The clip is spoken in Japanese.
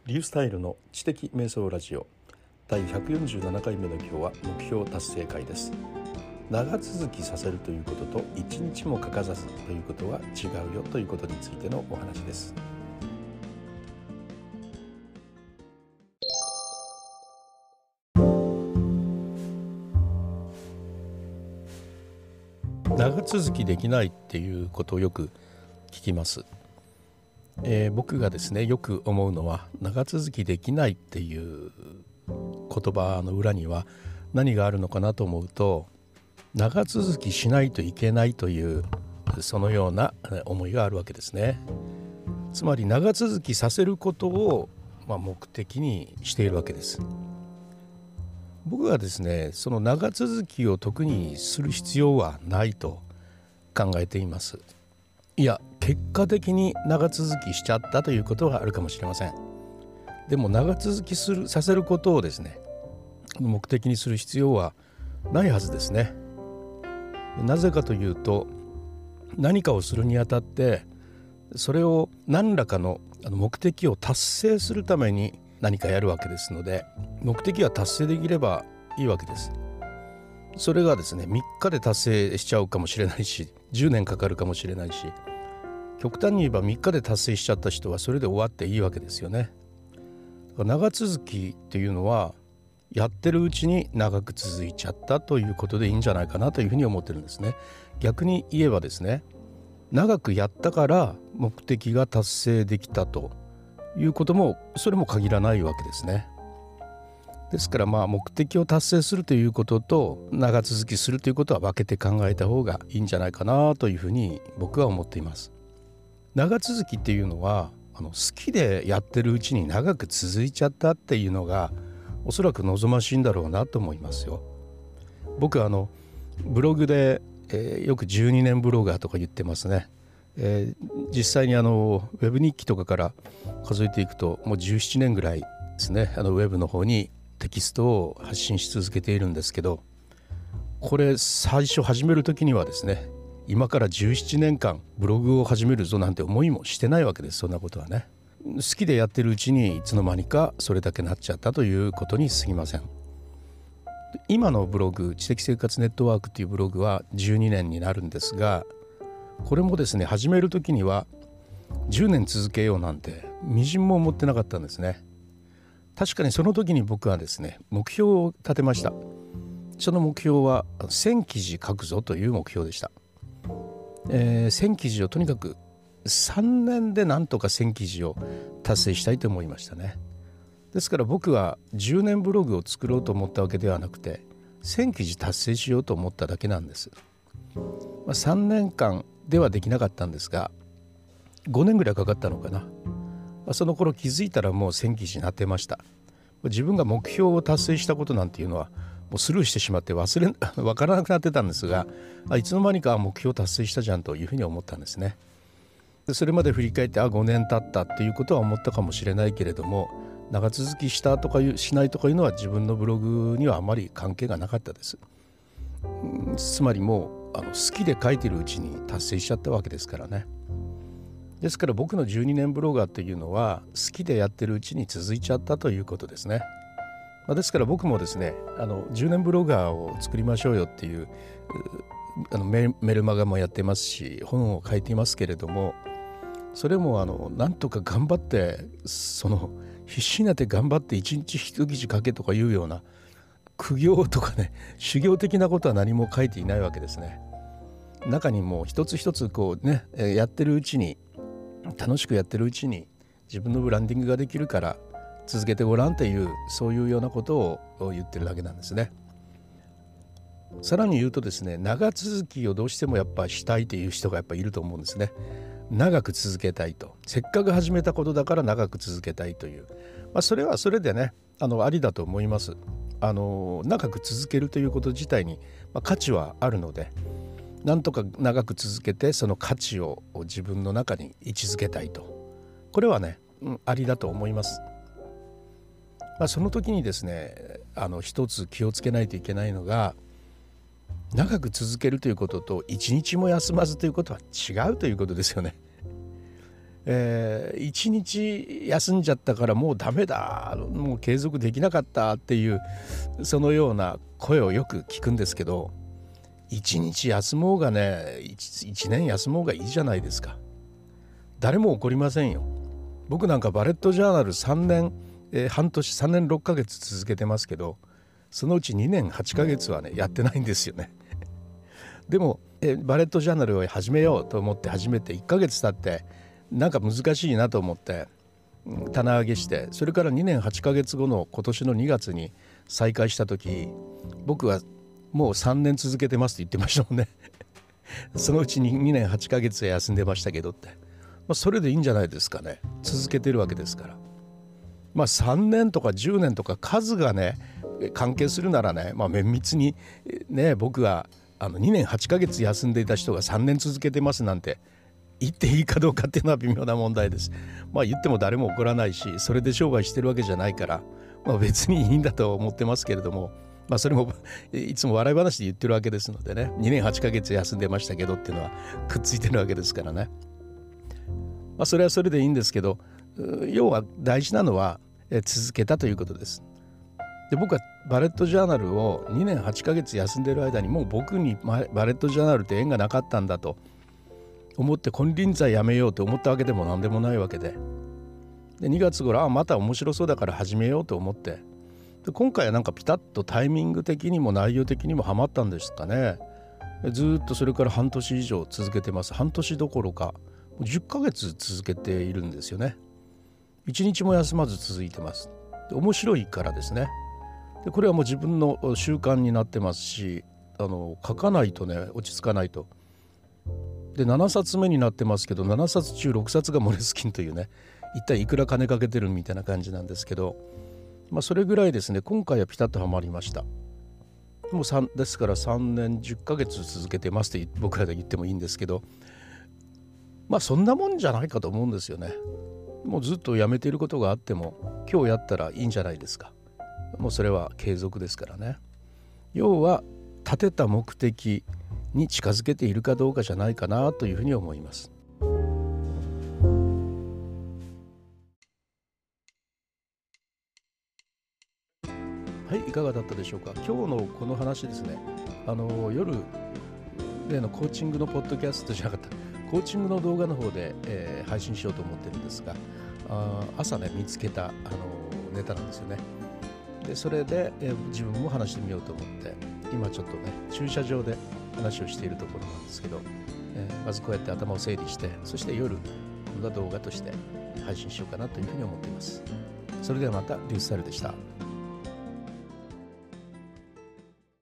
リュースタイルの知的瞑想ラジオ第147回目の今日は目標達成会です。長続きさせるということと一日も欠かさずということは違うよということについてのお話です。長続きできないっていうことをよく聞きます。僕がですねよく思うのは、長続きできないっていう言葉の裏には何があるのかなと思うと、長続きしないといけないというそのような思いがあるわけですね。つまり長続きさせることを目的にしているわけです。僕はですねその長続きを特にする必要はないと考えています。いや、結果的に長続きしちゃったということがあるかもしれません。でも長続きさせることをですね目的にする必要はないはずですね。なぜかというと、何かをするにあたってそれを何らかの目的を達成するために何かやるわけですので、目的が達成できればいいわけです。それがですね3日で達成しちゃうかもしれないし、10年かかるかもしれないし、極端に言えば3日で達成しちゃった人はそれで終わっていいわけですよね。だから長続きっていうのはやってるうちに長く続いちゃったということでいいんじゃないかなというふうに思ってるんですね。逆に言えばですね、長くやったから目的が達成できたということもそれも限らないわけですね。ですから目的を達成するということと長続きするということは分けて考えた方がいいんじゃないかなというふうに僕は思っています。長続きっていうのは好きでやってるうちに長く続いちゃったっていうのがおそらく望ましいんだろうなと思いますよ。僕ブログで、よく12年ブロガーとか言ってますね。実際にウェブ日記とかから数えていくともう17年ぐらいですね、ウェブの方にテキストを発信し続けているんですけど、これ最初始める時にはですね、今から17年間ブログを始めるぞなんて思いもしてないわけです。そんなことはね、好きでやってるうちにいつの間にかそれだけなっちゃったということに過ぎません。今のブログ、知的生活ネットワークというブログは12年になるんですが、これもですね始める時には10年続けようなんてみじんも思ってなかったんですね。確かにその時に僕はですね目標を立てました。その目標は1000記事書くぞという目標でした。1000記事をとにかく3年でなんとか1000記事を達成したいと思いましたね。ですから僕は10年ブログを作ろうと思ったわけではなくて、1000記事達成しようと思っただけなんです。3年間ではできなかったんですが、5年ぐらいかかったのかな。その頃気づいたらもう1000記事になってました。自分が目標を達成したことなんていうのはもうスルーしてしまって分からなくなってたんですが、いつの間にか目標達成したじゃんというふうに思ったんですね。それまで振り返って5年経ったっていうことは思ったかもしれないけれども、長続きしたとかしないとかいうのは自分のブログにはあまり関係がなかったです。つまりもう好きで書いてるうちに達成しちゃったわけですからね。ですから僕の12年ブロガーというのは好きでやってるうちに続いちゃったということですね。ですから僕もですね10年ブロガーを作りましょうよっていうメルマガもやってますし、本を書いていますけれども、それもなんとか頑張って必死になって頑張って一日一記事書けとかいうような苦行とかね、修行的なことは何も書いていないわけですね。中にも一つ一つやってるうちに、楽しくやってるうちに自分のブランディングができるから続けてごらんという、そういうようなことを言ってるだけなんですね。さらに言うとですね、長続きをどうしてもやっぱしたいという人がやっぱいると思うんですね。長く続けたいと、せっかく始めたことだから長く続けたいという、それはそれでねありだと思います。長く続けるということ自体に、価値はあるので、なんとか長く続けてその価値を自分の中に位置づけたいと、これはね、ありだと思います。その時にですね一つ気をつけないといけないのが、長く続けるということと一日も休まずということは違うということですよね。 1日休んじゃったからもうダメだ、もう継続できなかったっていうそのような声をよく聞くんですけど、1日休もうがね、1年休もうがいいじゃないですか。誰も怒りませんよ。僕なんかバレットジャーナル3年、半年3年6ヶ月続けてますけど、そのうち2年8ヶ月はねやってないんですよね。でもバレットジャーナルを始めようと思って始めて1ヶ月経ってなんか難しいなと思って棚上げして、それから2年8ヶ月後の今年の2月に再開した時、僕はもう3年続けてますって言ってましたもんね。そのうちに2年8ヶ月休んでましたけどって、それでいいんじゃないですかね。続けてるわけですから。3年とか10年とか数がね関係するならね、綿密にね、僕が2年8ヶ月休んでいた人が3年続けてますなんて言っていいかどうかっていうのは微妙な問題です。言っても誰も怒らないし、それで商売してるわけじゃないから、別にいいんだと思ってますけれども、それもいつも笑い話で言ってるわけですのでね、2年8ヶ月休んでましたけどっていうのはくっついてるわけですからね。それはそれでいいんですけど、要は大事なのは続けたということです。で、僕はバレットジャーナルを2年8ヶ月休んでる間にもう僕にバレットジャーナルって縁がなかったんだと思って金輪際やめようと思ったわけでも何でもないわけで、2月頃また面白そうだから始めようと思って、で今回はなんかピタッとタイミング的にも内容的にもハマったんですかね。ずっとそれから半年以上続けてます。半年どころか10ヶ月続けているんですよね。1日も休まず続いてます。で面白いからですね。でこれはもう自分の習慣になってますし、書かないとね落ち着かないと。で7冊目になってますけど、7冊中6冊がモレスキンというね、一体いくら金かけてるみたいな感じなんですけど、それぐらいですね、今回はピタッとはまりました。もうですから3年10ヶ月続けてますって僕らで言ってもいいんですけど、そんなもんじゃないかと思うんですよね。もうずっとやめていることがあっても今日やったらいいんじゃないですか。もうそれは継続ですからね。要は立てた目的に近づけているかどうかじゃないかなというふうに思います。はい、いかがだったでしょうか。今日のこの話ですね、夜例のコーチングのポッドキャストじゃなかった、コーチングの動画の方で、配信しようと思ってるんですが、朝ね見つけたネタなんですよね。でそれで、自分も話してみようと思って今ちょっとね駐車場で話をしているところなんですけど、まずこうやって頭を整理して、そして夜こんな動画として配信しようかなというふうに思っています。それではまたリュースタイルでした。